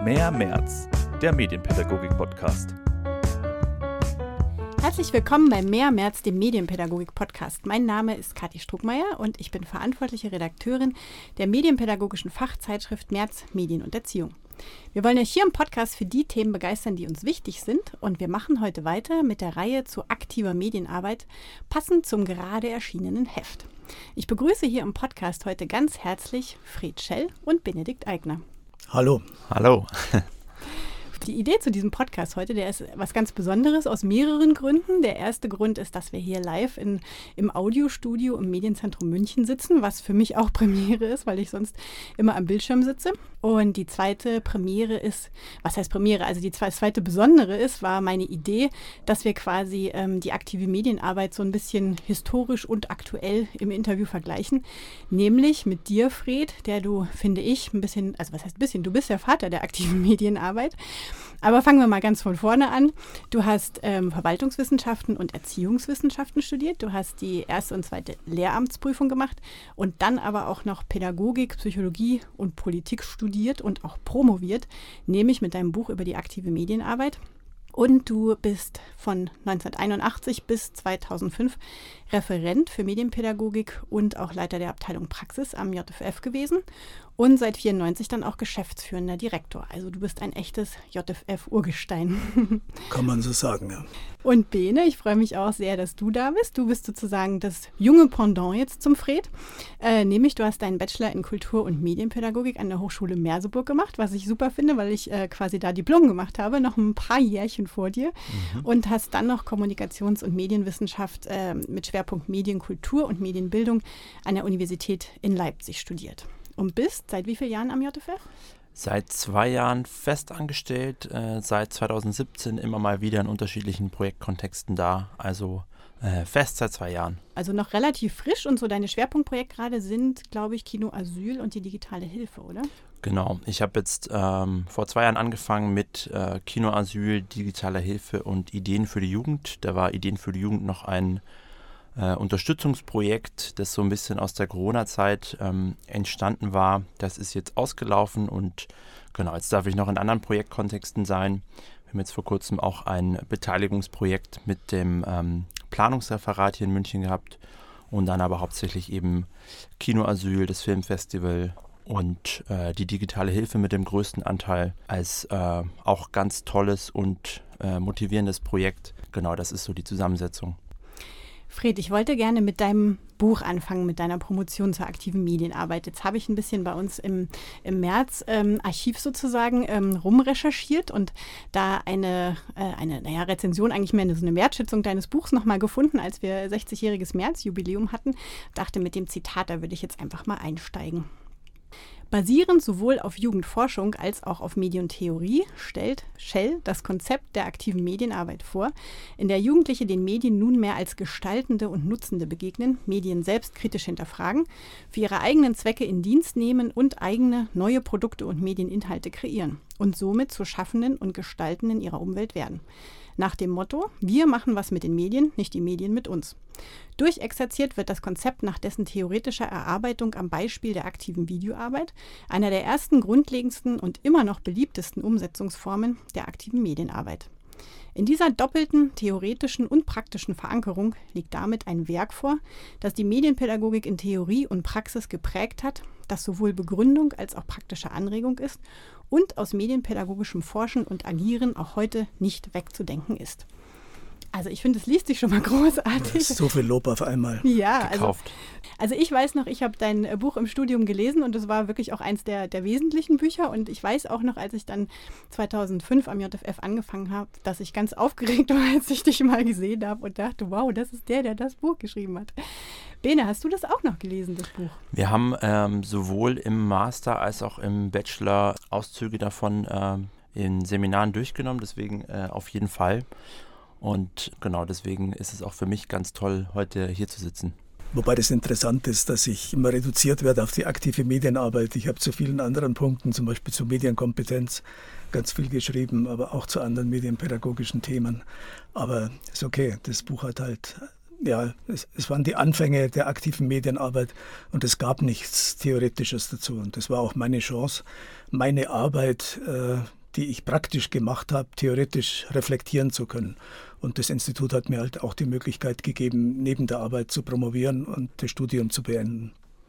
Mehr März, der Medienpädagogik-Podcast. Herzlich willkommen bei Mehr März, dem Medienpädagogik-Podcast. Mein Name ist Kathi Struckmeier und ich bin verantwortliche Redakteurin der medienpädagogischen Fachzeitschrift März Medien und Erziehung. Wir wollen euch hier im Podcast für die Themen begeistern, die uns wichtig sind, und wir machen heute weiter mit der Reihe zu aktiver Medienarbeit, passend zum gerade erschienenen Heft. Ich begrüße hier im Podcast heute ganz herzlich Fred Schell und Benedikt Eigner. Hallo. Hallo. Die Idee zu diesem Podcast heute, der ist was ganz Besonderes aus mehreren Gründen. Der erste Grund ist, dass wir hier live im Audiostudio im Medienzentrum München sitzen, was für mich auch Premiere ist, weil ich sonst immer am Bildschirm sitze. Und die zweite Premiere ist, was heißt Premiere? Also die zweite Besondere war meine Idee, dass wir quasi die aktive Medienarbeit so ein bisschen historisch und aktuell im Interview vergleichen. Nämlich mit dir, Fred, der du, finde ich, ein bisschen, also was heißt ein bisschen, du bist der Vater der aktiven Medienarbeit. Aber fangen wir mal ganz von vorne an. Du hast Verwaltungswissenschaften und Erziehungswissenschaften studiert. Du hast die erste und zweite Lehramtsprüfung gemacht und dann aber auch noch Pädagogik, Psychologie und Politik studiert und auch promoviert, nämlich mit deinem Buch über die aktive Medienarbeit. Und du bist von 1981 bis 2005 Referent für Medienpädagogik und auch Leiter der Abteilung Praxis am JFF gewesen und seit 1994 dann auch geschäftsführender Direktor. Also du bist ein echtes JFF-Urgestein. Kann man so sagen, ja. Und Bene, ich freue mich auch sehr, dass du da bist. Du bist sozusagen das junge Pendant jetzt zum Fred. Nämlich du hast deinen Bachelor in Kultur- und Medienpädagogik an der Hochschule Merseburg gemacht, was ich super finde, weil ich quasi da Diplom gemacht habe, noch ein paar Jährchen vor dir. Und hast dann noch Kommunikations- und Medienwissenschaft mit Schwerpunkt Medienkultur und Medienbildung an der Universität in Leipzig studiert. Und bist seit wie vielen Jahren am JFF? Seit 2 Jahren festangestellt, seit 2017 immer mal wieder in unterschiedlichen Projektkontexten da, also fest seit 2 Jahren. Also noch relativ frisch, und so deine Schwerpunktprojekte gerade sind, glaube ich, Kino Asyl und die digitale Hilfe, oder? Genau, ich habe jetzt vor 2 Jahren angefangen mit Kino Asyl, digitaler Hilfe und Ideen für die Jugend. Da war Ideen für die Jugend noch ein Unterstützungsprojekt, das so ein bisschen aus der Corona-Zeit entstanden war. Das ist jetzt ausgelaufen und genau, jetzt darf ich noch in anderen Projektkontexten sein. Wir haben jetzt vor kurzem auch ein Beteiligungsprojekt mit dem Planungsreferat hier in München gehabt und dann aber hauptsächlich eben Kinoasyl, das Filmfestival und die digitale Hilfe mit dem größten Anteil als auch ganz tolles und motivierendes Projekt. Genau, das ist so die Zusammensetzung. Fred, ich wollte gerne mit deinem Buch anfangen, mit deiner Promotion zur aktiven Medienarbeit. Jetzt habe ich ein bisschen bei uns im März Archiv sozusagen rumrecherchiert und da eine Rezension, eigentlich mehr so eine Wertschätzung deines Buchs nochmal gefunden, als wir 60-jähriges März-Jubiläum hatten. Dachte, mit dem Zitat, da würde ich jetzt einfach mal einsteigen. Basierend sowohl auf Jugendforschung als auch auf Medientheorie stellt Schell das Konzept der aktiven Medienarbeit vor, in der Jugendliche den Medien nunmehr als Gestaltende und Nutzende begegnen, Medien selbst kritisch hinterfragen, für ihre eigenen Zwecke in Dienst nehmen und eigene neue Produkte und Medieninhalte kreieren und somit zu Schaffenden und Gestaltenden ihrer Umwelt werden. Nach dem Motto, wir machen was mit den Medien, nicht die Medien mit uns. Durchexerziert wird das Konzept nach dessen theoretischer Erarbeitung am Beispiel der aktiven Videoarbeit, einer der ersten grundlegendsten und immer noch beliebtesten Umsetzungsformen der aktiven Medienarbeit. In dieser doppelten theoretischen und praktischen Verankerung liegt damit ein Werk vor, das die Medienpädagogik in Theorie und Praxis geprägt hat, das sowohl Begründung als auch praktische Anregung ist und aus medienpädagogischem Forschen und Agieren auch heute nicht wegzudenken ist. Also ich finde, es liest sich schon mal großartig. So viel Lob auf einmal. Ja, gekauft. Also ich weiß noch, ich habe dein Buch im Studium gelesen und es war wirklich auch eins der wesentlichen Bücher. Und ich weiß auch noch, als ich dann 2005 am JFF angefangen habe, dass ich ganz aufgeregt war, als ich dich mal gesehen habe und dachte, wow, das ist der das Buch geschrieben hat. Bene, hast du das auch noch gelesen, das Buch? Wir haben sowohl im Master als auch im Bachelor Auszüge davon in Seminaren durchgenommen, deswegen auf jeden Fall. Und genau deswegen ist es auch für mich ganz toll, heute hier zu sitzen. Wobei das interessant ist, dass ich immer reduziert werde auf die aktive Medienarbeit. Ich habe zu vielen anderen Punkten, zum Beispiel zur Medienkompetenz, ganz viel geschrieben, aber auch zu anderen medienpädagogischen Themen. Aber ist okay, das Buch hat halt es waren die Anfänge der aktiven Medienarbeit und es gab nichts Theoretisches dazu. Und das war auch meine Chance, meine Arbeit, die ich praktisch gemacht habe, theoretisch reflektieren zu können. Und das Institut hat mir halt auch die Möglichkeit gegeben, neben der Arbeit zu promovieren und das Studium zu beenden.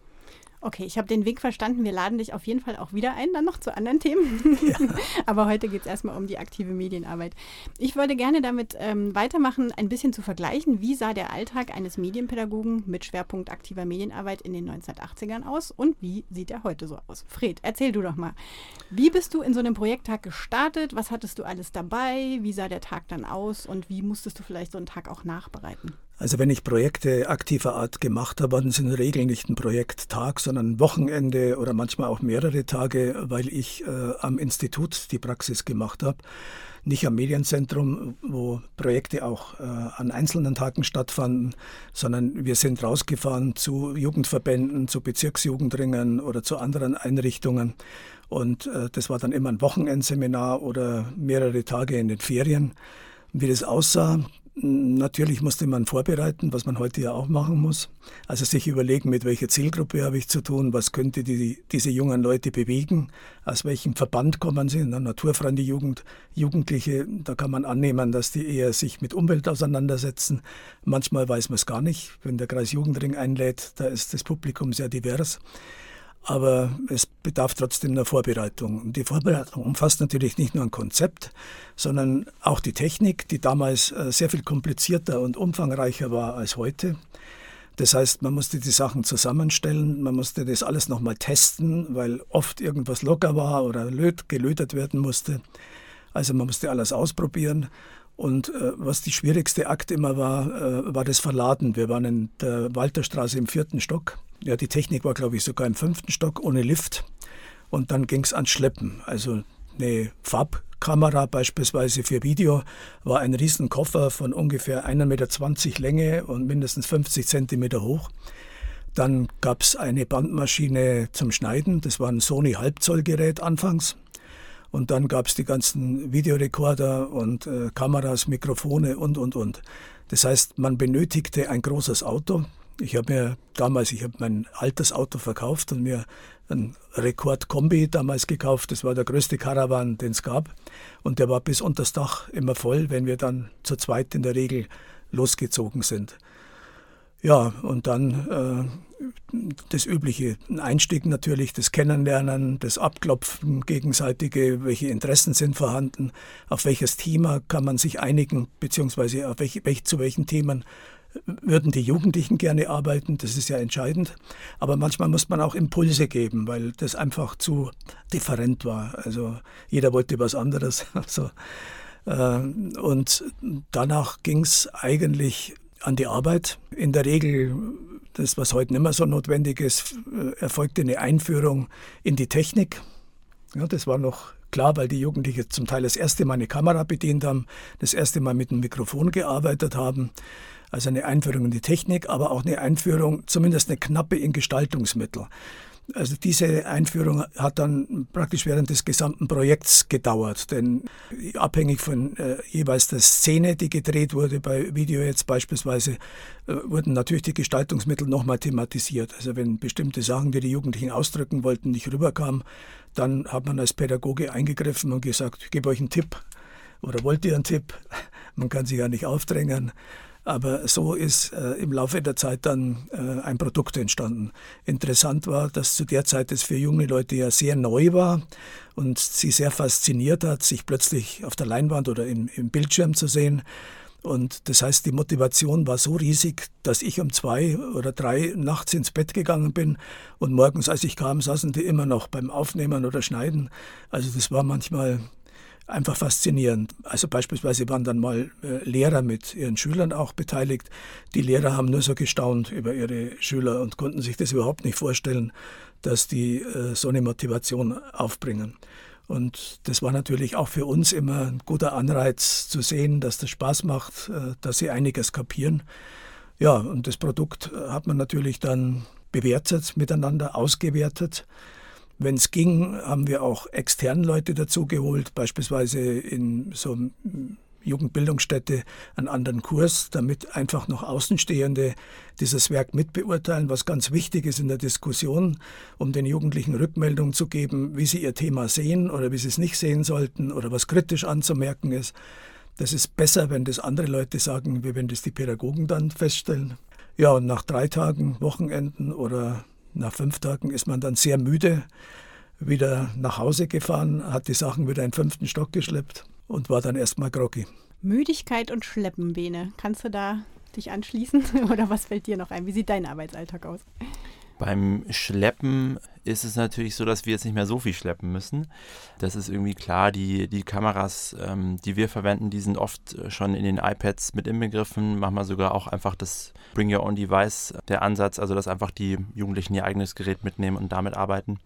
Okay, ich habe den Weg verstanden. Wir laden dich auf jeden Fall auch wieder ein, dann noch zu anderen Themen. Ja. Aber heute geht es erstmal um die aktive Medienarbeit. Ich würde gerne damit weitermachen, ein bisschen zu vergleichen. Wie sah der Alltag eines Medienpädagogen mit Schwerpunkt aktiver Medienarbeit in den 1980ern aus und wie sieht er heute so aus? Fred, erzähl du doch mal. Wie bist du in so einem Projekttag gestartet? Was hattest du alles dabei? Wie sah der Tag dann aus und wie musstest du vielleicht so einen Tag auch nachbereiten? Also wenn ich Projekte aktiver Art gemacht habe, waren es in der Regel nicht ein Projekttag, sondern ein Wochenende oder manchmal auch mehrere Tage, weil ich am Institut die Praxis gemacht habe. Nicht am Medienzentrum, wo Projekte auch an einzelnen Tagen stattfanden, sondern wir sind rausgefahren zu Jugendverbänden, zu Bezirksjugendringen oder zu anderen Einrichtungen. Und das war dann immer ein Wochenendseminar oder mehrere Tage in den Ferien. Wie das aussah, natürlich musste man vorbereiten, was man heute ja auch machen muss. Also sich überlegen, mit welcher Zielgruppe habe ich zu tun, was könnte diese jungen Leute bewegen, aus welchem Verband kommen sie, eine naturfreundliche Jugend, Jugendliche, da kann man annehmen, dass die eher sich mit Umwelt auseinandersetzen. Manchmal weiß man es gar nicht, wenn der Kreis Jugendring einlädt, da ist das Publikum sehr divers. Aber es bedarf trotzdem einer Vorbereitung. Und die Vorbereitung umfasst natürlich nicht nur ein Konzept, sondern auch die Technik, die damals sehr viel komplizierter und umfangreicher war als heute. Das heißt, man musste die Sachen zusammenstellen, man musste das alles nochmal testen, weil oft irgendwas locker war oder gelötet werden musste. Also man musste alles ausprobieren. Und was die schwierigste Akt immer war, war das Verladen. Wir waren in der Walterstraße im 4. Stock. Ja, die Technik war, glaube ich, sogar im 5. Stock ohne Lift. Und dann ging es ans Schleppen. Also eine Farbkamera beispielsweise für Video war ein Riesenkoffer von ungefähr 1,20 Meter Länge und mindestens 50 Zentimeter hoch. Dann gab es eine Bandmaschine zum Schneiden. Das war ein Sony Halbzollgerät anfangs. Und dann gab es die ganzen Videorekorder und Kameras, Mikrofone und. Das heißt, man benötigte ein großes Auto. Ich habe mein altes Auto verkauft und mir ein Rekord-Kombi damals gekauft. Das war der größte Caravan, den es gab. Und der war bis unters Dach immer voll, wenn wir dann zu zweit in der Regel losgezogen sind. Ja, und dann das Übliche, ein Einstieg natürlich, das Kennenlernen, das Abklopfen gegenseitige, welche Interessen sind vorhanden, auf welches Thema kann man sich einigen, beziehungsweise auf zu welchen Themen würden die Jugendlichen gerne arbeiten, das ist ja entscheidend. Aber manchmal muss man auch Impulse geben, weil das einfach zu different war. Also jeder wollte was anderes. Und danach ging es eigentlich an die Arbeit. In der Regel, das was heute nicht mehr so notwendig ist, erfolgte eine Einführung in die Technik. Ja, das war noch klar, weil die Jugendlichen zum Teil das erste Mal eine Kamera bedient haben, das erste Mal mit einem Mikrofon gearbeitet haben. Also eine Einführung in die Technik, aber auch eine Einführung, zumindest eine knappe in Gestaltungsmittel. Also diese Einführung hat dann praktisch während des gesamten Projekts gedauert, denn abhängig von jeweils der Szene, die gedreht wurde, bei Video jetzt beispielsweise, wurden natürlich die Gestaltungsmittel nochmal thematisiert. Also wenn bestimmte Sachen, die die Jugendlichen ausdrücken wollten, nicht rüberkamen, dann hat man als Pädagoge eingegriffen und gesagt, ich gebe euch einen Tipp oder wollt ihr einen Tipp? Man kann sich ja nicht aufdrängen. Aber so ist im Laufe der Zeit dann ein Produkt entstanden. Interessant war, dass zu der Zeit es für junge Leute ja sehr neu war und sie sehr fasziniert hat, sich plötzlich auf der Leinwand oder im Bildschirm zu sehen. Und das heißt, die Motivation war so riesig, dass ich um 2 oder 3 nachts ins Bett gegangen bin und morgens, als ich kam, saßen die immer noch beim Aufnehmen oder Schneiden. Also das war manchmal einfach faszinierend. Also beispielsweise waren dann mal Lehrer mit ihren Schülern auch beteiligt. Die Lehrer haben nur so gestaunt über ihre Schüler und konnten sich das überhaupt nicht vorstellen, dass die so eine Motivation aufbringen. Und das war natürlich auch für uns immer ein guter Anreiz zu sehen, dass das Spaß macht, dass sie einiges kapieren. Ja, und das Produkt hat man natürlich dann bewertet, miteinander ausgewertet. Wenn es ging, haben wir auch externe Leute dazugeholt, beispielsweise in so Jugendbildungsstätte einen anderen Kurs, damit einfach noch Außenstehende dieses Werk mitbeurteilen, was ganz wichtig ist in der Diskussion, um den Jugendlichen Rückmeldung zu geben, wie sie ihr Thema sehen oder wie sie es nicht sehen sollten oder was kritisch anzumerken ist. Das ist besser, wenn das andere Leute sagen, wie wenn das die Pädagogen dann feststellen. Ja, und nach 3 Tagen, Wochenenden oder nach 5 Tagen ist man dann sehr müde, wieder nach Hause gefahren, hat die Sachen wieder in den 5. Stock geschleppt und war dann erstmal groggy. Müdigkeit und Schleppen, Bene. Kannst du da dich anschließen oder was fällt dir noch ein? Wie sieht dein Arbeitsalltag aus? Beim Schleppen ist es natürlich so, dass wir jetzt nicht mehr so viel schleppen müssen. Das ist irgendwie klar, die Kameras, die wir verwenden, die sind oft schon in den iPads mit inbegriffen, manchmal sogar auch einfach das Bring Your Own Device, der Ansatz, also dass einfach die Jugendlichen ihr eigenes Gerät mitnehmen und damit arbeiten.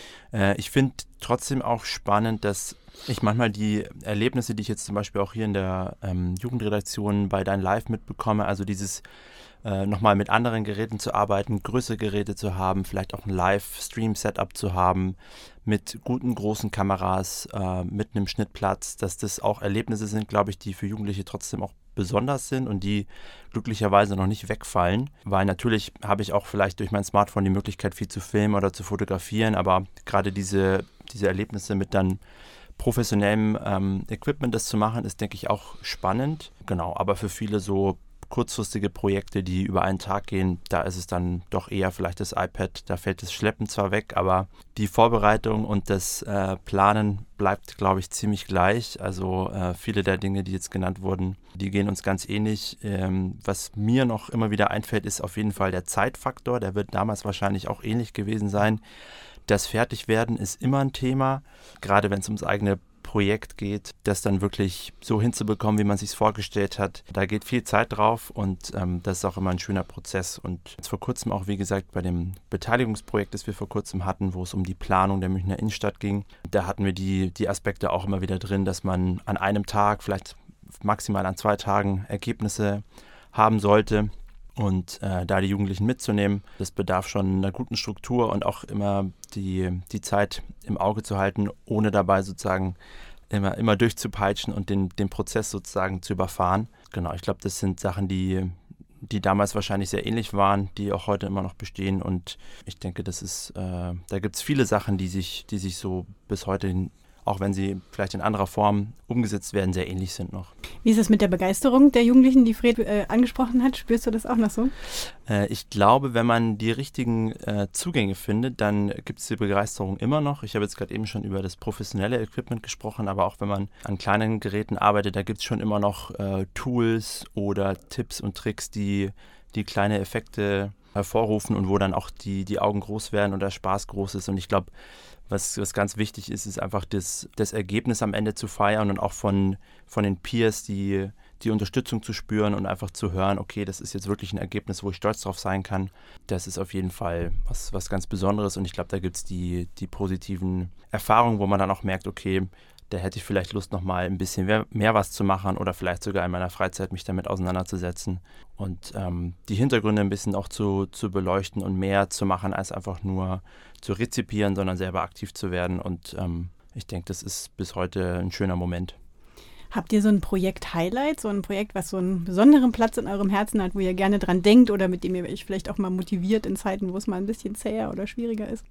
Ich finde trotzdem auch spannend, dass ich manchmal die Erlebnisse, die ich jetzt zum Beispiel auch hier in der Jugendredaktion bei Dein Live mitbekomme, also dieses nochmal mit anderen Geräten zu arbeiten, größere Geräte zu haben, vielleicht auch ein Live-Stream-Setup zu haben, mit guten großen Kameras, mit einem Schnittplatz, dass das auch Erlebnisse sind, glaube ich, die für Jugendliche trotzdem auch besonders sind und die glücklicherweise noch nicht wegfallen, weil natürlich habe ich auch vielleicht durch mein Smartphone die Möglichkeit, viel zu filmen oder zu fotografieren, aber gerade diese Erlebnisse mit dann professionellem Equipment das zu machen, ist, denke ich, auch spannend. Genau, aber für viele so kurzfristige Projekte, die über einen Tag gehen, da ist es dann doch eher vielleicht das iPad, da fällt das Schleppen zwar weg, aber die Vorbereitung und das Planen bleibt, glaube ich, ziemlich gleich. Also viele der Dinge, die jetzt genannt wurden, die gehen uns ganz ähnlich. Was mir noch immer wieder einfällt, ist auf jeden Fall der Zeitfaktor, der wird damals wahrscheinlich auch ähnlich gewesen sein. Das Fertigwerden ist immer ein Thema, gerade wenn es ums eigene Projekt geht, das dann wirklich so hinzubekommen, wie man es sich vorgestellt hat. Da geht viel Zeit drauf und das ist auch immer ein schöner Prozess. Und jetzt vor kurzem auch, wie gesagt, bei dem Beteiligungsprojekt, das wir vor kurzem hatten, wo es um die Planung der Münchner Innenstadt ging, da hatten wir die Aspekte auch immer wieder drin, dass man an einem Tag, vielleicht maximal an 2 Tagen Ergebnisse haben sollte. Und da die Jugendlichen mitzunehmen, das bedarf schon einer guten Struktur und auch immer die Zeit im Auge zu halten, ohne dabei sozusagen immer durchzupeitschen und den Prozess sozusagen zu überfahren. Genau, ich glaube, das sind Sachen, die damals wahrscheinlich sehr ähnlich waren, die auch heute immer noch bestehen. Und ich denke, das ist, da gibt es viele Sachen, die sich so bis heute, auch wenn sie vielleicht in anderer Form umgesetzt werden, sehr ähnlich sind noch. Wie ist es mit der Begeisterung der Jugendlichen, die Fred angesprochen hat? Spürst du das auch noch so? Ich glaube, wenn man die richtigen Zugänge findet, dann gibt es die Begeisterung immer noch. Ich habe jetzt gerade eben schon über das professionelle Equipment gesprochen, aber auch wenn man an kleinen Geräten arbeitet, da gibt es schon immer noch Tools oder Tipps und Tricks, die kleine Effekte hervorrufen und wo dann auch die Augen groß werden und der Spaß groß ist. Und ich glaube, was ganz wichtig ist, ist einfach das Ergebnis am Ende zu feiern und auch von den Peers die Unterstützung zu spüren und einfach zu hören, okay, das ist jetzt wirklich ein Ergebnis, wo ich stolz drauf sein kann. Das ist auf jeden Fall was ganz Besonderes und ich glaube, da gibt es die positiven Erfahrungen, wo man dann auch merkt, okay, da hätte ich vielleicht Lust, noch mal ein bisschen mehr was zu machen oder vielleicht sogar in meiner Freizeit mich damit auseinanderzusetzen und die Hintergründe ein bisschen auch zu beleuchten und mehr zu machen, als einfach nur zu rezipieren, sondern selber aktiv zu werden. Und ich denke, das ist bis heute ein schöner Moment. Habt ihr so ein Projekt-Highlight, so ein Projekt, was so einen besonderen Platz in eurem Herzen hat, wo ihr gerne dran denkt oder mit dem ihr euch vielleicht auch mal motiviert in Zeiten, wo es mal ein bisschen zäher oder schwieriger ist?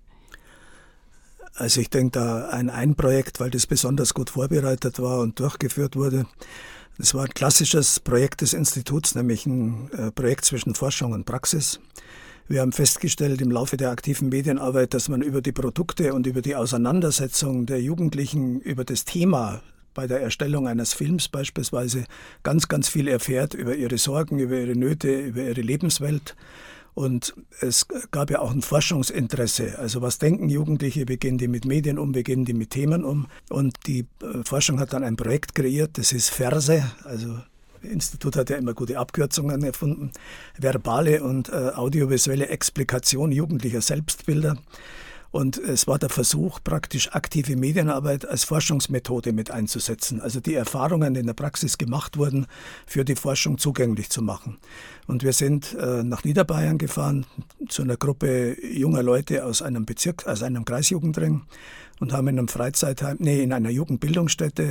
Also ich denke da an ein Projekt, weil das besonders gut vorbereitet war und durchgeführt wurde. Das war ein klassisches Projekt des Instituts, nämlich ein Projekt zwischen Forschung und Praxis. Wir haben festgestellt im Laufe der aktiven Medienarbeit, dass man über die Produkte und über die Auseinandersetzung der Jugendlichen über das Thema bei der Erstellung eines Films beispielsweise ganz, ganz viel erfährt über ihre Sorgen, über ihre Nöte, über ihre Lebenswelt. Und es gab ja auch ein Forschungsinteresse. Also was denken Jugendliche, wie gehen die mit Medien um, wie gehen die mit Themen um? Und die Forschung hat dann ein Projekt kreiert, das ist VERSE, also das Institut hat ja immer gute Abkürzungen erfunden, verbale und audiovisuelle Explikation jugendlicher Selbstbilder. Und es war der Versuch, praktisch aktive Medienarbeit als Forschungsmethode mit einzusetzen. Also die Erfahrungen, die in der Praxis gemacht wurden, für die Forschung zugänglich zu machen. Und wir sind nach Niederbayern gefahren zu einer Gruppe junger Leute aus einem Bezirk, aus einem Kreisjugendring und haben in einem in einer Jugendbildungsstätte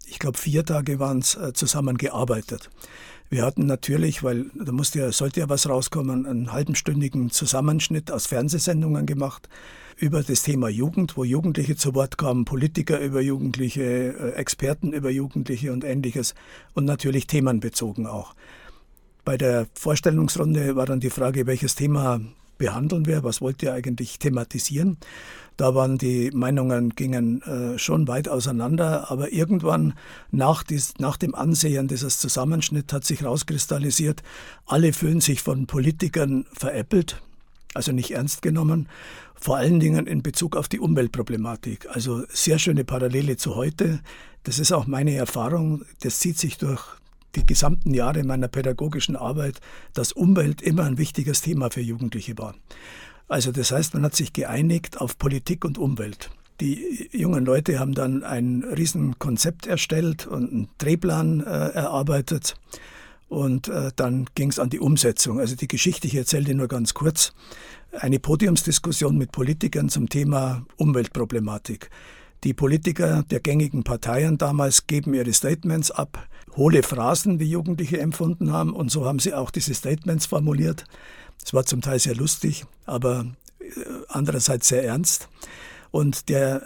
ich glaube 4 Tage waren es, zusammengearbeitet. Wir hatten natürlich, weil da sollte ja was rauskommen, einen halbstündigen Zusammenschnitt aus Fernsehsendungen gemacht über das Thema Jugend, wo Jugendliche zu Wort kamen, Politiker über Jugendliche, Experten über Jugendliche und Ähnliches und natürlich themenbezogen auch. Bei der Vorstellungsrunde war dann die Frage, welches Thema behandeln wir, was wollt ihr eigentlich thematisieren? Da waren die Meinungen gingen schon weit auseinander, aber irgendwann nach dem Ansehen dieses Zusammenschnitts hat sich herauskristallisiert, alle fühlen sich von Politikern veräppelt, also nicht ernst genommen, vor allen Dingen in Bezug auf die Umweltproblematik. Also sehr schöne Parallele zu heute. Das ist auch meine Erfahrung, das zieht sich durch die gesamten Jahre meiner pädagogischen Arbeit, dass Umwelt immer ein wichtiges Thema für Jugendliche war. Also das heißt, man hat sich geeinigt auf Politik und Umwelt. Die jungen Leute haben dann ein Riesenkonzept erstellt und einen Drehplan erarbeitet und dann ging es an die Umsetzung. Also die Geschichte, ich erzähle die nur ganz kurz, eine Podiumsdiskussion mit Politikern zum Thema Umweltproblematik. Die Politiker der gängigen Parteien damals geben ihre Statements ab, hohle Phrasen, wie Jugendliche empfunden haben, und so haben sie auch diese Statements formuliert. Es war zum Teil sehr lustig, aber andererseits sehr ernst. Und der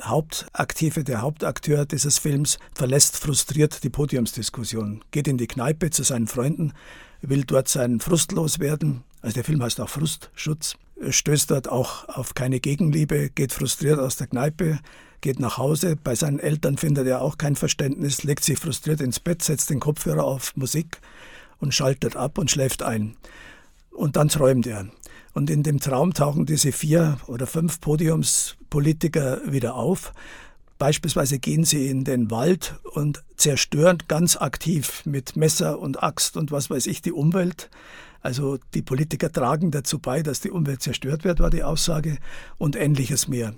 Hauptakteur dieses Films verlässt frustriert die Podiumsdiskussion, geht in die Kneipe zu seinen Freunden, will dort seinen Frust loswerden. Also der Film heißt auch Frustschutz, stößt dort auch auf keine Gegenliebe, geht frustriert aus der Kneipe, geht nach Hause. Bei seinen Eltern findet er auch kein Verständnis, legt sich frustriert ins Bett, setzt den Kopfhörer auf Musik und schaltet ab und schläft ein. Und dann träumt er. Und in dem Traum tauchen diese 4 oder 5 Podiumspolitiker wieder auf. Beispielsweise gehen sie in den Wald und zerstören ganz aktiv mit Messer und Axt und was weiß ich die Umwelt. Also die Politiker tragen dazu bei, dass die Umwelt zerstört wird, war die Aussage, und Ähnliches mehr.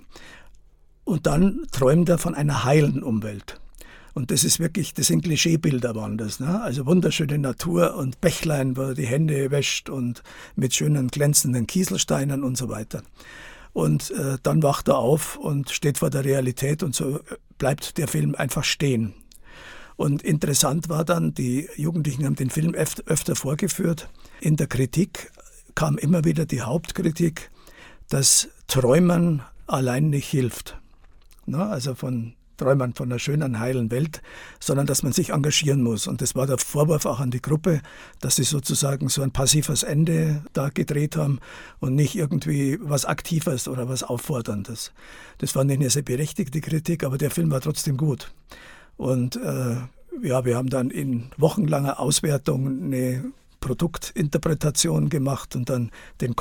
Und dann träumt er von einer heilen Umwelt. Und das ist wirklich, das sind Klischeebilder waren das, ne? Also wunderschöne Natur und Bächlein, wo er die Hände wäscht und mit schönen glänzenden Kieselsteinen und so weiter. Und dann wacht er auf und steht vor der Realität und so bleibt der Film einfach stehen. Und interessant war dann, die Jugendlichen haben den Film öfter vorgeführt. In der Kritik kam immer wieder die Hauptkritik, dass Träumen allein nicht hilft. Na, also von Träumen von einer schönen, heilen Welt, sondern dass man sich engagieren muss. Und das war der Vorwurf auch an die Gruppe, dass sie sozusagen so ein passives Ende da gedreht haben und nicht irgendwie was Aktives oder was Aufforderndes. Das fand ich eine sehr berechtigte Kritik, aber der Film war trotzdem gut. Und wir haben dann in wochenlanger Auswertung eine Produktinterpretation gemacht und dann den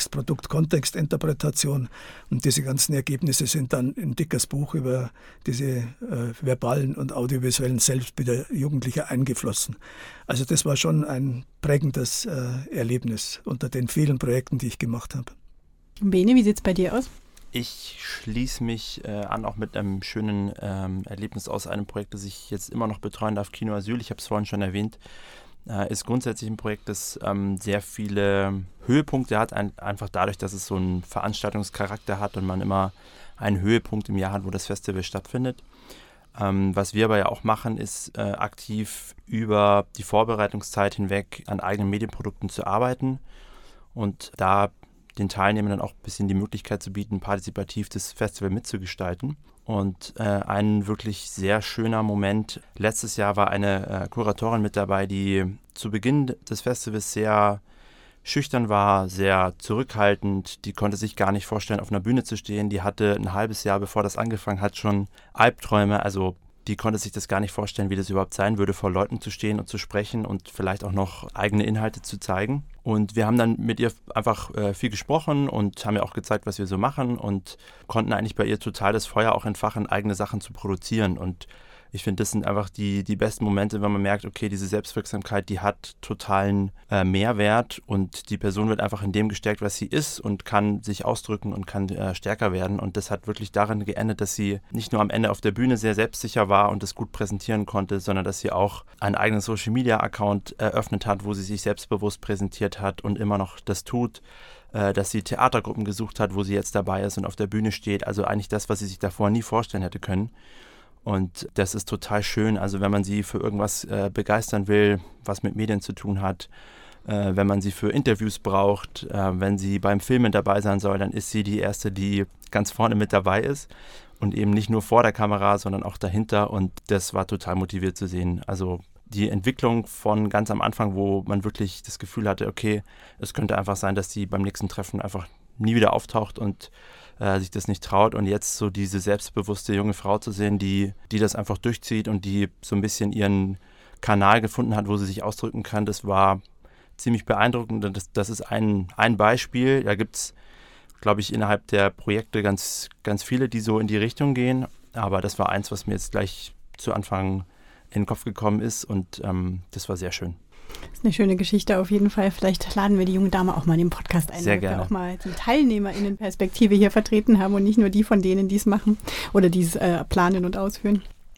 Produkt-Kontext-Interpretation. Und diese ganzen Ergebnisse sind dann ein dickes Buch über diese verbalen und audiovisuellen Selbstbilder Jugendlicher eingeflossen. Also das war schon ein prägendes Erlebnis unter den vielen Projekten, die ich gemacht habe. Bene, wie sieht es bei dir aus? Ich schließe mich an, auch mit einem schönen Erlebnis aus einem Projekt, das ich jetzt immer noch betreuen darf, Kino Asyl. Ich habe es vorhin schon erwähnt. Ist grundsätzlich ein Projekt, das sehr viele Höhepunkte hat, einfach dadurch, dass es so einen Veranstaltungscharakter hat und man immer einen Höhepunkt im Jahr hat, wo das Festival stattfindet. Was wir aber ja auch machen, ist aktiv über die Vorbereitungszeit hinweg an eigenen Medienprodukten zu arbeiten und da den Teilnehmern auch ein bisschen die Möglichkeit zu bieten, partizipativ das Festival mitzugestalten. Und ein wirklich sehr schöner Moment. Letztes Jahr war eine Kuratorin mit dabei, die zu Beginn des Festivals sehr schüchtern war, sehr zurückhaltend. Die konnte sich gar nicht vorstellen, auf einer Bühne zu stehen. Die hatte ein halbes Jahr, bevor das angefangen hat, schon Albträume. Also die konnte sich das gar nicht vorstellen, wie das überhaupt sein würde, vor Leuten zu stehen und zu sprechen und vielleicht auch noch eigene Inhalte zu zeigen. Und wir haben dann mit ihr einfach viel gesprochen und haben ihr auch gezeigt, was wir so machen und konnten eigentlich bei ihr total das Feuer auch entfachen, eigene Sachen zu produzieren. Und ich finde, das sind einfach die besten Momente, wenn man merkt, okay, diese Selbstwirksamkeit, die hat totalen Mehrwert und die Person wird einfach in dem gestärkt, was sie ist und kann sich ausdrücken und kann stärker werden. Und das hat wirklich darin geendet, dass sie nicht nur am Ende auf der Bühne sehr selbstsicher war und das gut präsentieren konnte, sondern dass sie auch einen eigenen Social-Media-Account eröffnet hat, wo sie sich selbstbewusst präsentiert hat und immer noch das tut, dass sie Theatergruppen gesucht hat, wo sie jetzt dabei ist und auf der Bühne steht. Also eigentlich das, was sie sich davor nie vorstellen hätte können. Und das ist total schön. Also wenn man sie für irgendwas begeistern will, was mit Medien zu tun hat, wenn man sie für Interviews braucht, wenn sie beim Filmen dabei sein soll, dann ist sie die Erste, die ganz vorne mit dabei ist und eben nicht nur vor der Kamera, sondern auch dahinter. Und das war total motiviert zu sehen. Also die Entwicklung von ganz am Anfang, wo man wirklich das Gefühl hatte, okay, es könnte einfach sein, dass sie beim nächsten Treffen einfach nie wieder auftaucht und sich das nicht traut. Und jetzt so diese selbstbewusste junge Frau zu sehen, die das einfach durchzieht und die so ein bisschen ihren Kanal gefunden hat, wo sie sich ausdrücken kann, das war ziemlich beeindruckend. Das ist ein Beispiel. Da gibt es, glaube ich, innerhalb der Projekte ganz, ganz viele, die so in die Richtung gehen. Aber das war eins, was mir jetzt gleich zu Anfang in den Kopf gekommen ist und das war sehr schön. Das ist eine schöne Geschichte auf jeden Fall. Vielleicht laden wir die junge Dame auch mal in den Podcast ein, sehr damit gerne. Wir auch mal die TeilnehmerInnen-Perspektive hier vertreten haben und nicht nur die von denen, die es machen oder die es planen und ausführen.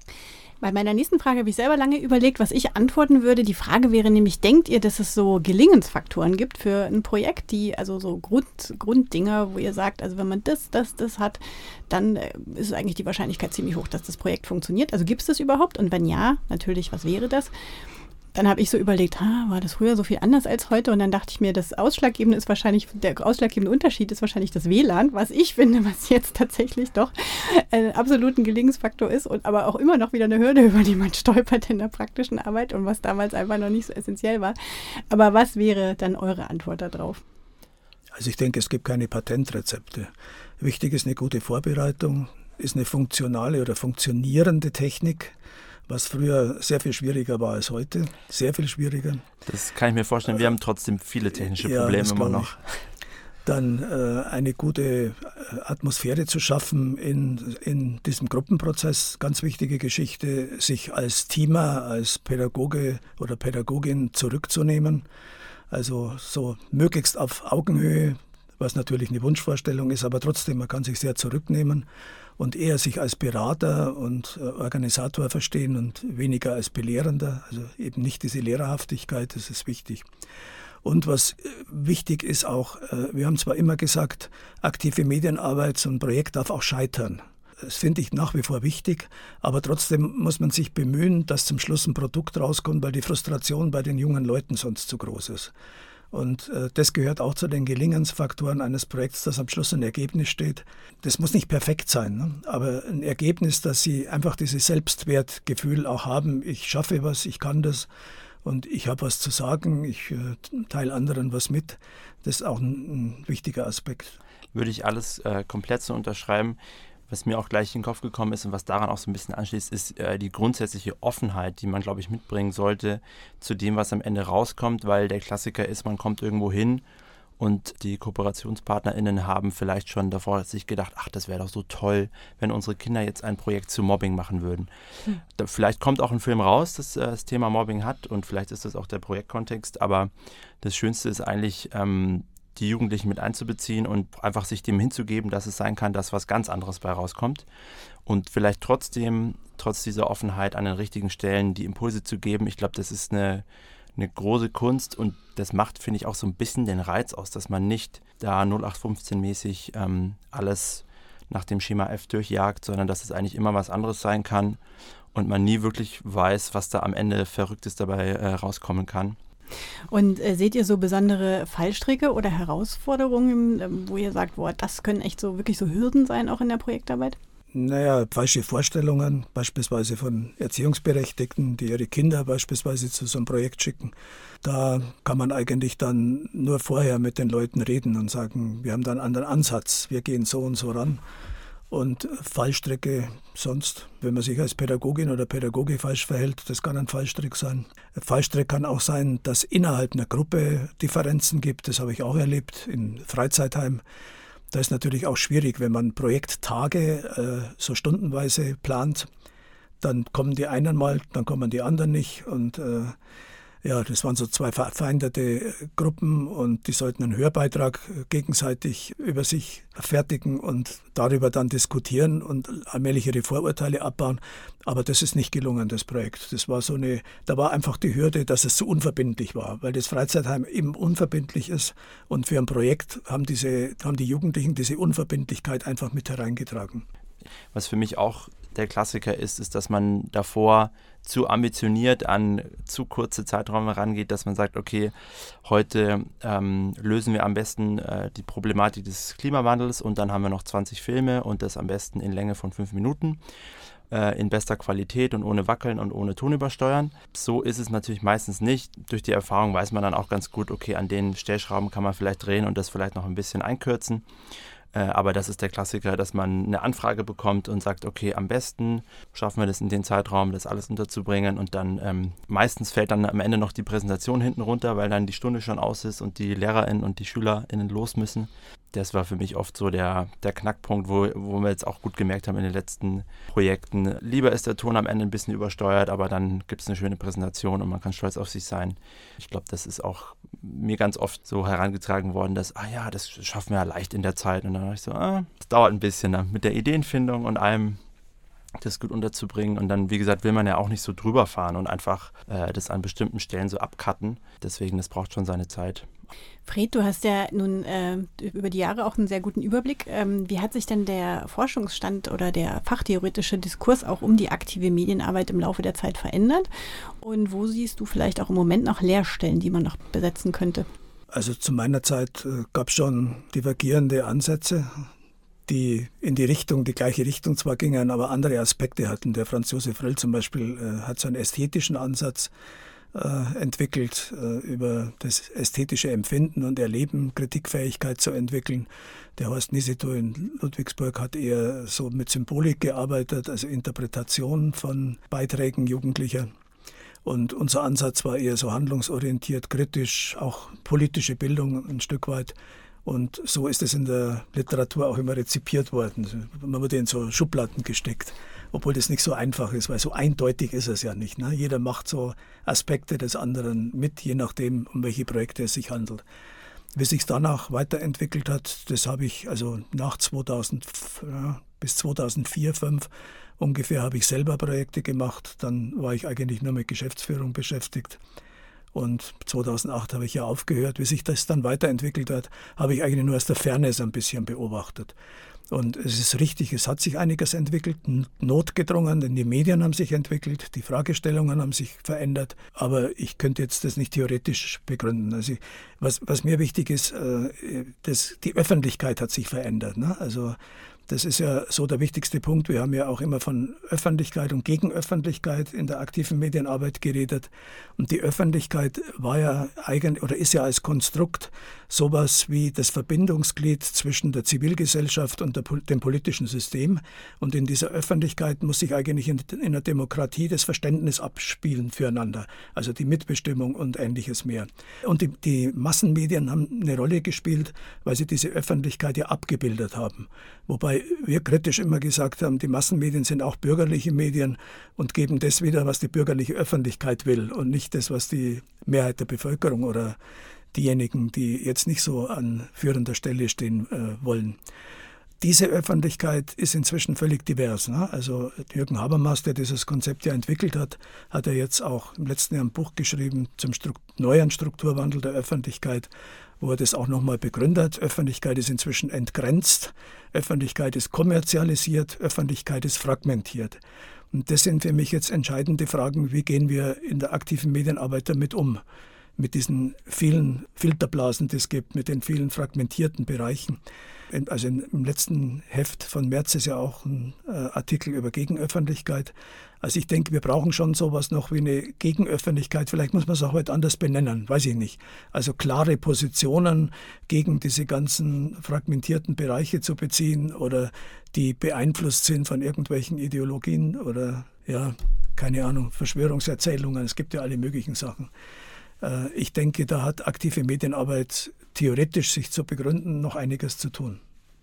Bei meiner nächsten Frage habe ich selber lange überlegt, was ich antworten würde. Die Frage wäre nämlich, denkt ihr, dass es so Gelingensfaktoren gibt für ein Projekt, die also so Grunddinger, wo ihr sagt, also wenn man das hat, dann ist eigentlich die Wahrscheinlichkeit ziemlich hoch, dass das Projekt funktioniert. Also gibt es das überhaupt? Und wenn ja, natürlich, was wäre das? Dann habe ich so überlegt, war das früher so viel anders als heute? Und dann dachte ich mir, der ausschlaggebende Unterschied ist wahrscheinlich das WLAN, was ich finde, was jetzt tatsächlich doch ein absoluter Gelingensfaktor ist und aber auch immer noch wieder eine Hürde, über die man stolpert in der praktischen Arbeit und was damals einfach noch nicht so essentiell war. Aber was wäre dann eure Antwort darauf? Also ich denke, es gibt keine Patentrezepte. Wichtig ist eine gute Vorbereitung, ist eine funktionale oder funktionierende Technik, was früher sehr viel schwieriger war als heute. Sehr viel schwieriger. Das kann ich mir vorstellen. Wir haben trotzdem viele technische Probleme immer noch. Dann eine gute Atmosphäre zu schaffen in diesem Gruppenprozess. Ganz wichtige Geschichte, sich als Teamer, als Pädagoge oder Pädagogin zurückzunehmen. Also so möglichst auf Augenhöhe, was natürlich eine Wunschvorstellung ist, aber trotzdem, man kann sich sehr zurücknehmen und eher sich als Berater und Organisator verstehen und weniger als Belehrender, also eben nicht diese Lehrerhaftigkeit, das ist wichtig. Und was wichtig ist auch, wir haben zwar immer gesagt, aktive Medienarbeit, so ein Projekt darf auch scheitern. Das finde ich nach wie vor wichtig, aber trotzdem muss man sich bemühen, dass zum Schluss ein Produkt rauskommt, weil die Frustration bei den jungen Leuten sonst zu groß ist. Und das gehört auch zu den Gelingensfaktoren eines Projekts, dass am Schluss ein Ergebnis steht. Das muss nicht perfekt sein, ne? Aber ein Ergebnis, dass sie einfach dieses Selbstwertgefühl auch haben, ich schaffe was, ich kann das und ich habe was zu sagen, ich teile anderen was mit. Das ist auch ein wichtiger Aspekt. Würde ich alles komplett so unterschreiben. Was mir auch gleich in den Kopf gekommen ist und was daran auch so ein bisschen anschließt, ist die grundsätzliche Offenheit, die man, glaube ich, mitbringen sollte zu dem, was am Ende rauskommt, weil der Klassiker ist, man kommt irgendwo hin und die KooperationspartnerInnen haben vielleicht schon davor sich gedacht, ach, das wäre doch so toll, wenn unsere Kinder jetzt ein Projekt zu Mobbing machen würden. Vielleicht kommt auch ein Film raus, das das Thema Mobbing hat und vielleicht ist das auch der Projektkontext, aber das Schönste ist eigentlich, die Jugendlichen mit einzubeziehen und einfach sich dem hinzugeben, dass es sein kann, dass was ganz anderes bei rauskommt und vielleicht trotz dieser Offenheit an den richtigen Stellen die Impulse zu geben. Ich glaube, das ist eine große Kunst und das macht, finde ich, auch so ein bisschen den Reiz aus, dass man nicht da 0815-mäßig alles nach dem Schema F durchjagt, sondern dass es eigentlich immer was anderes sein kann und man nie wirklich weiß, was da am Ende Verrücktes dabei rauskommen kann. Und seht ihr so besondere Fallstricke oder Herausforderungen, wo ihr sagt, boah, das können echt so wirklich so Hürden sein, auch in der Projektarbeit? Naja, falsche Vorstellungen, beispielsweise von Erziehungsberechtigten, die ihre Kinder beispielsweise zu so einem Projekt schicken. Da kann man eigentlich dann nur vorher mit den Leuten reden und sagen, wir haben da einen anderen Ansatz, wir gehen so und so ran. Und Fallstricke sonst, wenn man sich als Pädagogin oder Pädagoge falsch verhält, das kann ein Fallstrick sein. Ein Fallstrick kann auch sein, dass innerhalb einer Gruppe Differenzen gibt. Das habe ich auch erlebt in Freizeitheim. Da ist natürlich auch schwierig, wenn man Projekttage so stundenweise plant. Dann kommen die einen mal, dann kommen die anderen nicht. Und ja, das waren so zwei verfeindete Gruppen und die sollten einen Hörbeitrag gegenseitig über sich fertigen und darüber dann diskutieren und allmählich ihre Vorurteile abbauen. Aber das ist nicht gelungen, das Projekt. Das war da war einfach die Hürde, dass es so unverbindlich war, weil das Freizeitheim eben unverbindlich ist und für ein Projekt haben die Jugendlichen diese Unverbindlichkeit einfach mit hereingetragen. Was für mich auch der Klassiker ist, dass man davor zu ambitioniert an zu kurze Zeiträume rangeht, dass man sagt, okay, heute lösen wir am besten die Problematik des Klimawandels und dann haben wir noch 20 Filme und das am besten in Länge von 5 Minuten. In bester Qualität und ohne Wackeln und ohne Ton übersteuern. So ist es natürlich meistens nicht. Durch die Erfahrung weiß man dann auch ganz gut, okay, an den Stellschrauben kann man vielleicht drehen und das vielleicht noch ein bisschen einkürzen. Aber das ist der Klassiker, dass man eine Anfrage bekommt und sagt, okay, am besten schaffen wir das in den Zeitraum, das alles unterzubringen und dann meistens fällt dann am Ende noch die Präsentation hinten runter, weil dann die Stunde schon aus ist und die LehrerInnen und die SchülerInnen los müssen. Das war für mich oft so der Knackpunkt, wo wir jetzt auch gut gemerkt haben in den letzten Projekten. Lieber ist der Ton am Ende ein bisschen übersteuert, aber dann gibt es eine schöne Präsentation und man kann stolz auf sich sein. Ich glaube, das ist auch mir ganz oft so herangetragen worden, dass, das schaffen wir ja leicht in der Zeit. Und dann habe ich so, das dauert ein bisschen mit der Ideenfindung und allem, das gut unterzubringen. Und dann, wie gesagt, will man ja auch nicht so drüber fahren und einfach das an bestimmten Stellen so abcutten. Deswegen, das braucht schon seine Zeit. Fred, du hast ja nun über die Jahre auch einen sehr guten Überblick. Wie hat sich denn der Forschungsstand oder der fachtheoretische Diskurs auch um die aktive Medienarbeit im Laufe der Zeit verändert? Und wo siehst du vielleicht auch im Moment noch Leerstellen, die man noch besetzen könnte? Also zu meiner Zeit gab es schon divergierende Ansätze, die in die gleiche Richtung zwar gingen, aber andere Aspekte hatten. Der Franz Josef Röll zum Beispiel hat so einen ästhetischen Ansatz entwickelt, über das ästhetische Empfinden und Erleben Kritikfähigkeit zu entwickeln. Der Horst Niceto in Ludwigsburg hat eher so mit Symbolik gearbeitet, also Interpretation von Beiträgen Jugendlicher. Und unser Ansatz war eher so handlungsorientiert, kritisch, auch politische Bildung ein Stück weit. Und so ist es in der Literatur auch immer rezipiert worden. Man wurde in so Schubladen gesteckt, obwohl das nicht so einfach ist, weil so eindeutig ist es ja nicht. Ne? Jeder macht so Aspekte des anderen mit, je nachdem, um welche Projekte es sich handelt. Wie sich es danach weiterentwickelt hat, das habe ich also nach 2000 bis 2004, 2005 ungefähr habe ich selber Projekte gemacht. Dann war ich eigentlich nur mit Geschäftsführung beschäftigt. Und 2008 habe ich ja aufgehört. Wie sich das dann weiterentwickelt hat, habe ich eigentlich nur aus der Ferne so ein bisschen beobachtet. Und es ist richtig, es hat sich einiges entwickelt, notgedrungen, denn die Medien haben sich entwickelt, die Fragestellungen haben sich verändert. Aber ich könnte jetzt das nicht theoretisch begründen. Also was mir wichtig ist, die Öffentlichkeit hat sich verändert. Ne? Also das ist ja so der wichtigste Punkt. Wir haben ja auch immer von Öffentlichkeit und Gegenöffentlichkeit in der aktiven Medienarbeit geredet. Und die Öffentlichkeit war ja eigentlich oder ist ja als Konstrukt sowas wie das Verbindungsglied zwischen der Zivilgesellschaft und dem politischen System. Und in dieser Öffentlichkeit muss sich eigentlich in der Demokratie das Verständnis abspielen füreinander. Also die Mitbestimmung und Ähnliches mehr. Und die Massenmedien haben eine Rolle gespielt, weil sie diese Öffentlichkeit ja abgebildet haben. Wobei wir kritisch immer gesagt haben, die Massenmedien sind auch bürgerliche Medien und geben das wieder, was die bürgerliche Öffentlichkeit will und nicht das, was die Mehrheit der Bevölkerung oder diejenigen, die jetzt nicht so an führender Stelle stehen wollen. Diese Öffentlichkeit ist inzwischen völlig divers. Ne? Also Jürgen Habermas, der dieses Konzept ja entwickelt hat, hat ja jetzt auch im letzten Jahr ein Buch geschrieben zum neuen Strukturwandel der Öffentlichkeit, wo er das auch nochmal begründet. Öffentlichkeit ist inzwischen entgrenzt, Öffentlichkeit ist kommerzialisiert, Öffentlichkeit ist fragmentiert. Und das sind für mich jetzt entscheidende Fragen, wie gehen wir in der aktiven Medienarbeit damit um? Mit diesen vielen Filterblasen, die es gibt, mit den vielen fragmentierten Bereichen. Also im letzten Heft von März ist ja auch ein Artikel über Gegenöffentlichkeit. Also ich denke, wir brauchen schon sowas noch wie eine Gegenöffentlichkeit. Vielleicht muss man es auch heute anders benennen, weiß ich nicht. Also klare Positionen gegen diese ganzen fragmentierten Bereiche zu beziehen oder die beeinflusst sind von irgendwelchen Ideologien oder, ja, keine Ahnung, Verschwörungserzählungen. Es gibt ja alle möglichen Sachen. Ich denke, da hat aktive Medienarbeit theoretisch sich zu begründen noch einiges zu tun.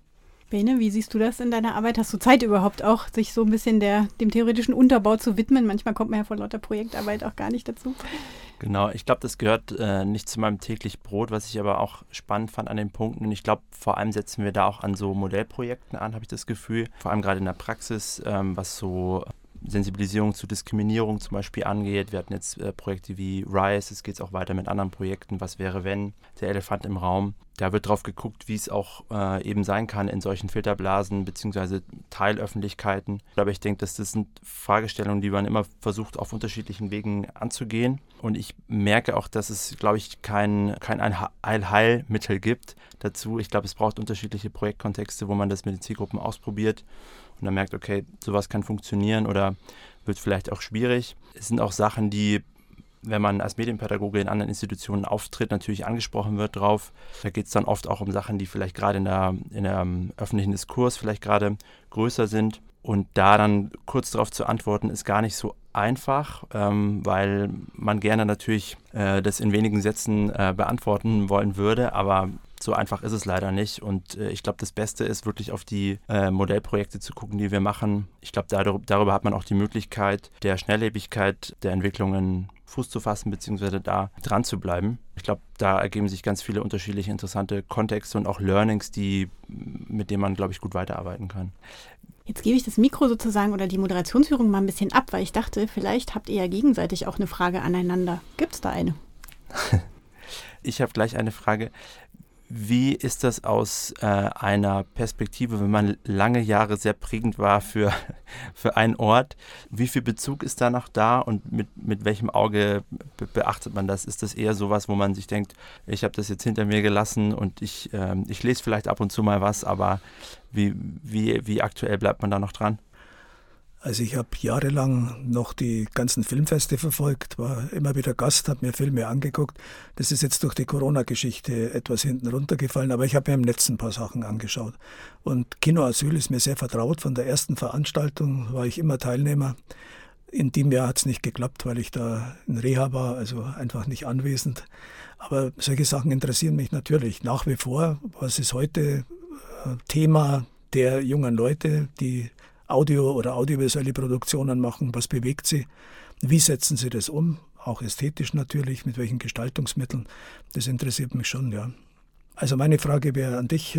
Bene, wie siehst du das in deiner Arbeit? Hast du Zeit überhaupt auch, sich so ein bisschen dem theoretischen Unterbau zu widmen? Manchmal kommt man ja vor lauter Projektarbeit auch gar nicht dazu. Genau, ich glaube, das gehört nicht zu meinem täglichen Brot, was ich aber auch spannend fand an den Punkten. Und ich glaube, vor allem setzen wir da auch an so Modellprojekten an, habe ich das Gefühl. Vor allem gerade in der Praxis, was so Sensibilisierung zu Diskriminierung zum Beispiel angeht. Wir hatten jetzt Projekte wie RISE, es geht auch weiter mit anderen Projekten, was wäre wenn, der Elefant im Raum. Da wird drauf geguckt, wie es auch eben sein kann in solchen Filterblasen bzw. Teilöffentlichkeiten. Aber ich denke, das sind Fragestellungen, die man immer versucht, auf unterschiedlichen Wegen anzugehen. Und ich merke auch, dass es, glaube ich, kein Allheilmittel gibt dazu. Ich glaube, es braucht unterschiedliche Projektkontexte, wo man das mit den Zielgruppen ausprobiert und dann merkt, okay, sowas kann funktionieren oder wird vielleicht auch schwierig. Es sind auch Sachen, die, wenn man als Medienpädagoge in anderen Institutionen auftritt, natürlich angesprochen wird drauf. Da geht es dann oft auch um Sachen, die vielleicht gerade in der öffentlichen Diskurs vielleicht gerade größer sind. Und da dann kurz darauf zu antworten, ist gar nicht so einfach, weil man gerne natürlich das in wenigen Sätzen beantworten wollen würde, aber so einfach ist es leider nicht. Und ich glaube, das Beste ist wirklich auf die Modellprojekte zu gucken, die wir machen. Ich glaube, darüber hat man auch die Möglichkeit, der Schnelllebigkeit der Entwicklungen Fuß zu fassen, beziehungsweise da dran zu bleiben. Ich glaube, da ergeben sich ganz viele unterschiedliche interessante Kontexte und auch Learnings, mit denen man, glaube ich, gut weiterarbeiten kann. Jetzt gebe ich das Mikro sozusagen oder die Moderationsführung mal ein bisschen ab, weil ich dachte, vielleicht habt ihr ja gegenseitig auch eine Frage aneinander. Gibt es da eine? Ich habe gleich eine Frage. Wie ist das aus einer Perspektive, wenn man lange Jahre sehr prägend war für einen Ort? Wie viel Bezug ist da noch da und mit welchem Auge beachtet man das? Ist das eher sowas, wo man sich denkt, ich habe das jetzt hinter mir gelassen und ich lese vielleicht ab und zu mal was, aber wie aktuell bleibt man da noch dran? Also ich habe jahrelang noch die ganzen Filmfeste verfolgt, war immer wieder Gast, habe mir Filme angeguckt. Das ist jetzt durch die Corona-Geschichte etwas hinten runtergefallen, aber ich habe mir im Netz ein paar Sachen angeschaut. Und Kinoasyl ist mir sehr vertraut. Von der ersten Veranstaltung war ich immer Teilnehmer. In dem Jahr hat es nicht geklappt, weil ich da in Reha war, also einfach nicht anwesend. Aber solche Sachen interessieren mich natürlich nach wie vor. Was ist heute Thema der jungen Leute, die Audio- oder audiovisuelle Produktionen machen, was bewegt sie, wie setzen sie das um, auch ästhetisch natürlich, mit welchen Gestaltungsmitteln, das interessiert mich schon, ja. Also meine Frage wäre an dich,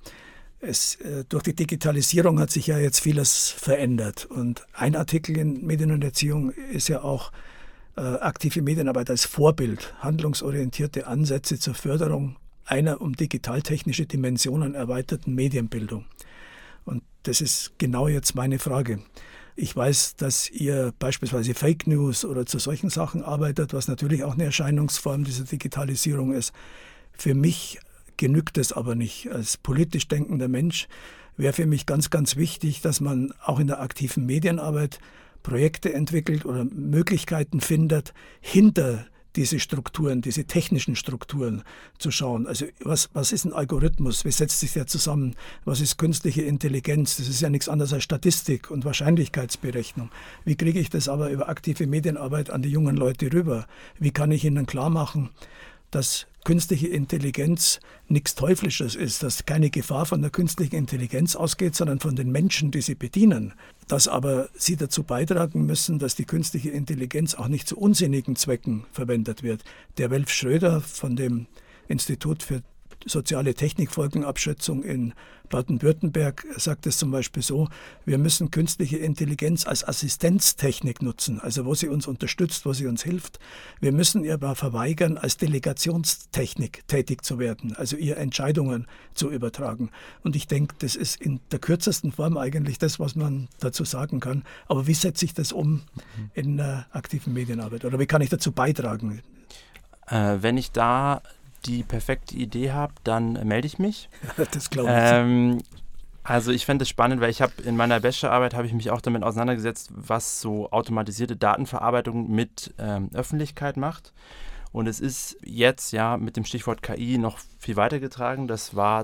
durch die Digitalisierung hat sich ja jetzt vieles verändert und ein Artikel in Medien und Erziehung ist ja auch aktive Medienarbeit als Vorbild, handlungsorientierte Ansätze zur Förderung einer um digitaltechnische Dimensionen erweiterten Medienbildung. Und das ist genau jetzt meine Frage. Ich weiß, dass ihr beispielsweise Fake News oder zu solchen Sachen arbeitet, was natürlich auch eine Erscheinungsform dieser Digitalisierung ist. Für mich genügt es aber nicht. Als politisch denkender Mensch wäre für mich ganz, ganz wichtig, dass man auch in der aktiven Medienarbeit Projekte entwickelt oder Möglichkeiten findet, hinter diese Strukturen, diese technischen Strukturen zu schauen. Also was ist ein Algorithmus? Wie setzt sich der zusammen? Was ist künstliche Intelligenz? Das ist ja nichts anderes als Statistik und Wahrscheinlichkeitsberechnung. Wie kriege ich das aber über aktive Medienarbeit an die jungen Leute rüber? Wie kann ich ihnen klar machen, dass künstliche Intelligenz nichts Teuflisches ist, dass keine Gefahr von der künstlichen Intelligenz ausgeht, sondern von den Menschen, die sie bedienen. Dass aber sie dazu beitragen müssen, dass die künstliche Intelligenz auch nicht zu unsinnigen Zwecken verwendet wird. Der Welf Schröder von dem Institut für soziale Technikfolgenabschätzung in Baden-Württemberg sagt es zum Beispiel so, wir müssen künstliche Intelligenz als Assistenztechnik nutzen, also wo sie uns unterstützt, wo sie uns hilft. Wir müssen ihr aber verweigern, als Delegationstechnik tätig zu werden, also ihr Entscheidungen zu übertragen. Und ich denke, das ist in der kürzesten Form eigentlich das, was man dazu sagen kann. Aber wie setze ich das um in der aktiven Medienarbeit oder wie kann ich dazu beitragen? Wenn ich da die perfekte Idee habe, dann melde ich mich. Das glaube ich. Also ich fände es spannend, weil ich habe in meiner Bachelorarbeit habe ich mich auch damit auseinandergesetzt, was so automatisierte Datenverarbeitung mit Öffentlichkeit macht. Und es ist jetzt ja mit dem Stichwort KI noch viel weitergetragen. Das war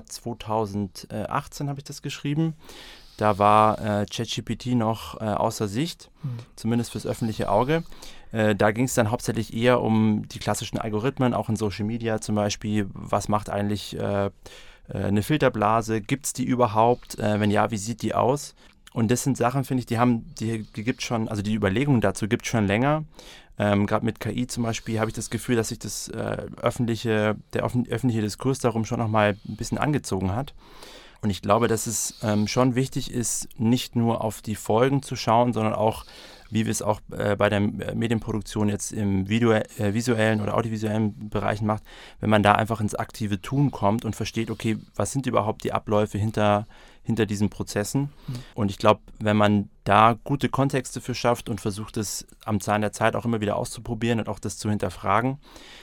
2018, habe ich das geschrieben. Da war ChatGPT noch außer Sicht, zumindest fürs öffentliche Auge. Da ging es dann hauptsächlich eher um die klassischen Algorithmen, auch in Social Media zum Beispiel. Was macht eigentlich eine Filterblase? Gibt es die überhaupt? Wenn ja, wie sieht die aus? Und das sind Sachen, finde ich, die gibt schon, also die Überlegungen dazu gibt es schon länger. Gerade mit KI zum Beispiel habe ich das Gefühl, dass sich der öffentliche Diskurs darum schon nochmal ein bisschen angezogen hat. Und ich glaube, dass es schon wichtig ist, nicht nur auf die Folgen zu schauen, sondern auch wie wir es auch bei der Medienproduktion jetzt im visuellen oder audiovisuellen Bereichen macht, wenn man da einfach ins aktive Tun kommt und versteht, okay, was sind überhaupt die Abläufe hinter diesen Prozessen. Und ich glaube, wenn man da gute Kontexte für schafft und versucht es am Zahn der Zeit auch immer wieder auszuprobieren und auch das zu hinterfragen,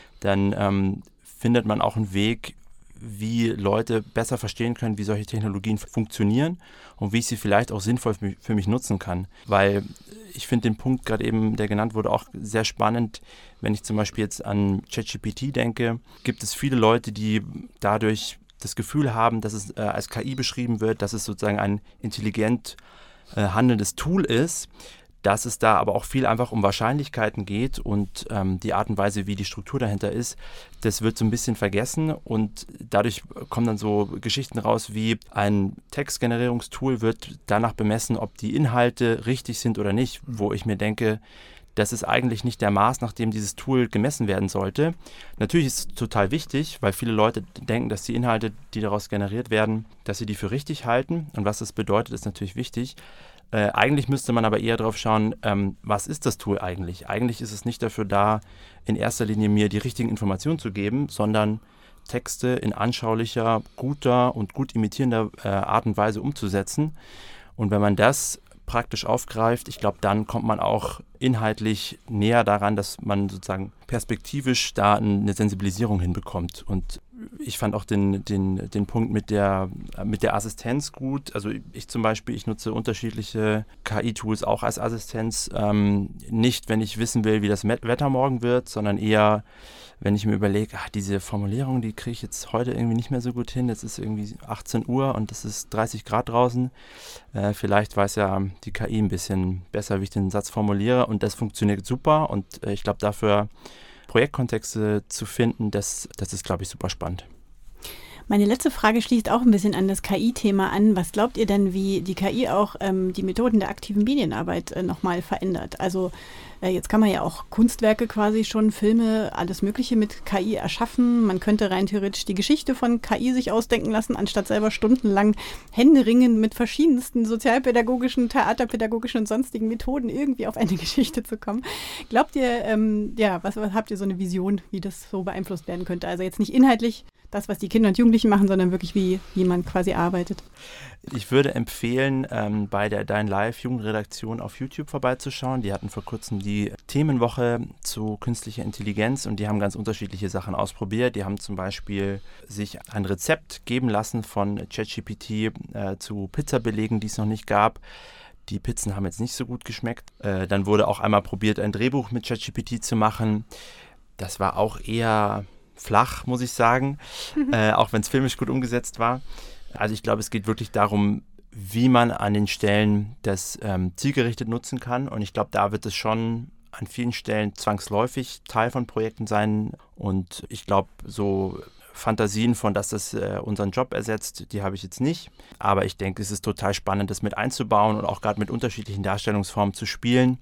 dann findet man auch einen Weg, wie Leute besser verstehen können, wie solche Technologien funktionieren und wie ich sie vielleicht auch sinnvoll für mich nutzen kann. Weil ich finde den Punkt gerade eben, der genannt wurde, auch sehr spannend. Wenn ich zum Beispiel jetzt an ChatGPT denke, gibt es viele Leute, die dadurch das Gefühl haben, dass es als KI beschrieben wird, dass es sozusagen ein intelligent handelndes Tool ist, dass es da aber auch viel einfach um Wahrscheinlichkeiten geht und die Art und Weise, wie die Struktur dahinter ist, das wird so ein bisschen vergessen und dadurch kommen dann so Geschichten raus wie ein Textgenerierungstool wird danach bemessen, ob die Inhalte richtig sind oder nicht, wo ich mir denke, das ist eigentlich nicht der Maß, nach dem dieses Tool gemessen werden sollte. Natürlich ist es total wichtig, weil viele Leute denken, dass die Inhalte, die daraus generiert werden, dass sie die für richtig halten. Und was das bedeutet, ist natürlich wichtig. Eigentlich müsste man aber eher darauf schauen, was ist das Tool eigentlich? Eigentlich ist es nicht dafür da, in erster Linie mir die richtigen Informationen zu geben, sondern Texte in anschaulicher, guter und gut imitierender Art und Weise umzusetzen. Und wenn man das praktisch aufgreift, ich glaube, dann kommt man auch inhaltlich näher daran, dass man sozusagen perspektivisch da eine Sensibilisierung hinbekommt. Und ich fand auch den Punkt mit der Assistenz gut. Also ich zum Beispiel, ich nutze unterschiedliche KI-Tools auch als Assistenz. Nicht, wenn ich wissen will, wie das Wetter morgen wird, sondern eher, wenn ich mir überlege, diese Formulierung, die kriege ich jetzt heute irgendwie nicht mehr so gut hin. Jetzt ist irgendwie 18 Uhr und es ist 30 Grad draußen. Vielleicht weiß ja die KI ein bisschen besser, wie ich den Satz formuliere. Und das funktioniert super. Und ich glaube, dafür Projektkontexte zu finden, das ist, glaube ich, super spannend. Meine letzte Frage schließt auch ein bisschen an das KI-Thema an. Was glaubt ihr denn, wie die KI auch die Methoden der aktiven Medienarbeit nochmal verändert? Also jetzt kann man ja auch Kunstwerke quasi schon, Filme, alles Mögliche mit KI erschaffen. Man könnte rein theoretisch die Geschichte von KI sich ausdenken lassen, anstatt selber stundenlang händeringend mit verschiedensten sozialpädagogischen, theaterpädagogischen und sonstigen Methoden irgendwie auf eine Geschichte zu kommen. Glaubt ihr, was habt ihr so eine Vision, wie das so beeinflusst werden könnte? Also jetzt nicht inhaltlich das, was die Kinder und Jugendlichen machen, sondern wirklich, wie man quasi arbeitet. Ich würde empfehlen, bei der Dein Live Jugendredaktion auf YouTube vorbeizuschauen. Die hatten vor kurzem die Themenwoche zu künstlicher Intelligenz und die haben ganz unterschiedliche Sachen ausprobiert. Die haben zum Beispiel sich ein Rezept geben lassen von ChatGPT zu Pizzabelegen, die es noch nicht gab. Die Pizzen haben jetzt nicht so gut geschmeckt. Dann wurde auch einmal probiert, ein Drehbuch mit ChatGPT zu machen. Das war auch eher flach, muss ich sagen, auch wenn es filmisch gut umgesetzt war. Also ich glaube, es geht wirklich darum, wie man an den Stellen das zielgerichtet nutzen kann. Und ich glaube, da wird es schon an vielen Stellen zwangsläufig Teil von Projekten sein. Und ich glaube, so Fantasien von, dass das unseren Job ersetzt, die habe ich jetzt nicht. Aber ich denke, es ist total spannend, das mit einzubauen und auch gerade mit unterschiedlichen Darstellungsformen zu spielen,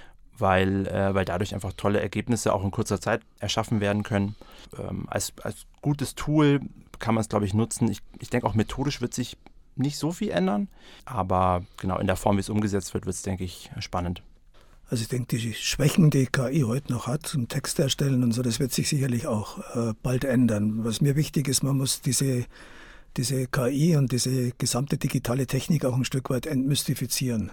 weil dadurch einfach tolle Ergebnisse auch in kurzer Zeit erschaffen werden können. Als gutes Tool kann man es, glaube ich, nutzen. Ich denke, auch methodisch wird sich nicht so viel ändern, aber genau in der Form, wie es umgesetzt wird, wird es, denke ich, spannend. Also ich denke, die Schwächen, die KI heute noch hat, zum Text erstellen und so, das wird sich sicherlich auch bald ändern. Was mir wichtig ist, man muss diese KI und diese gesamte digitale Technik auch ein Stück weit entmystifizieren.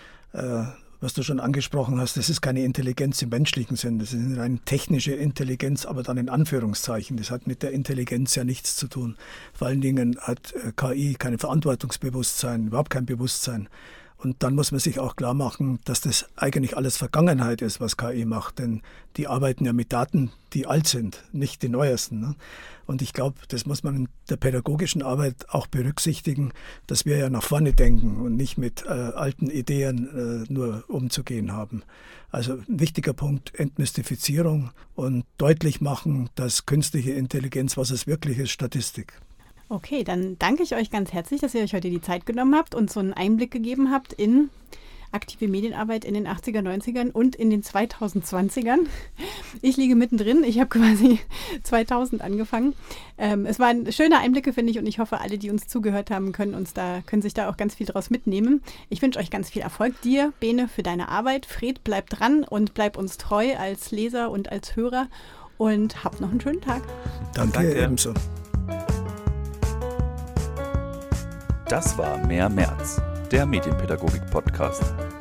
Was du schon angesprochen hast, das ist keine Intelligenz im menschlichen Sinn, das ist eine rein technische Intelligenz, aber dann in Anführungszeichen. Das hat mit der Intelligenz ja nichts zu tun. Vor allen Dingen hat KI kein Verantwortungsbewusstsein, überhaupt kein Bewusstsein. Und dann muss man sich auch klar machen, dass das eigentlich alles Vergangenheit ist, was KI macht. Denn die arbeiten ja mit Daten, die alt sind, nicht die neuesten. Ne? Und ich glaube, das muss man in der pädagogischen Arbeit auch berücksichtigen, dass wir ja nach vorne denken und nicht mit alten Ideen nur umzugehen haben. Also ein wichtiger Punkt, Entmystifizierung und deutlich machen, dass künstliche Intelligenz, was es wirklich ist, Statistik. Okay, dann danke ich euch ganz herzlich, dass ihr euch heute die Zeit genommen habt und so einen Einblick gegeben habt in aktive Medienarbeit in den 80er, 90ern und in den 2020ern. Ich liege mittendrin. Ich habe quasi 2000 angefangen. Es waren schöne Einblicke, finde ich, und ich hoffe, alle, die uns zugehört haben, können sich da auch ganz viel draus mitnehmen. Ich wünsche euch ganz viel Erfolg dir, Bene, für deine Arbeit. Fred, bleib dran und bleib uns treu als Leser und als Hörer und habt noch einen schönen Tag. Danke, ebenso. Das war Mehr März, der Medienpädagogik-Podcast.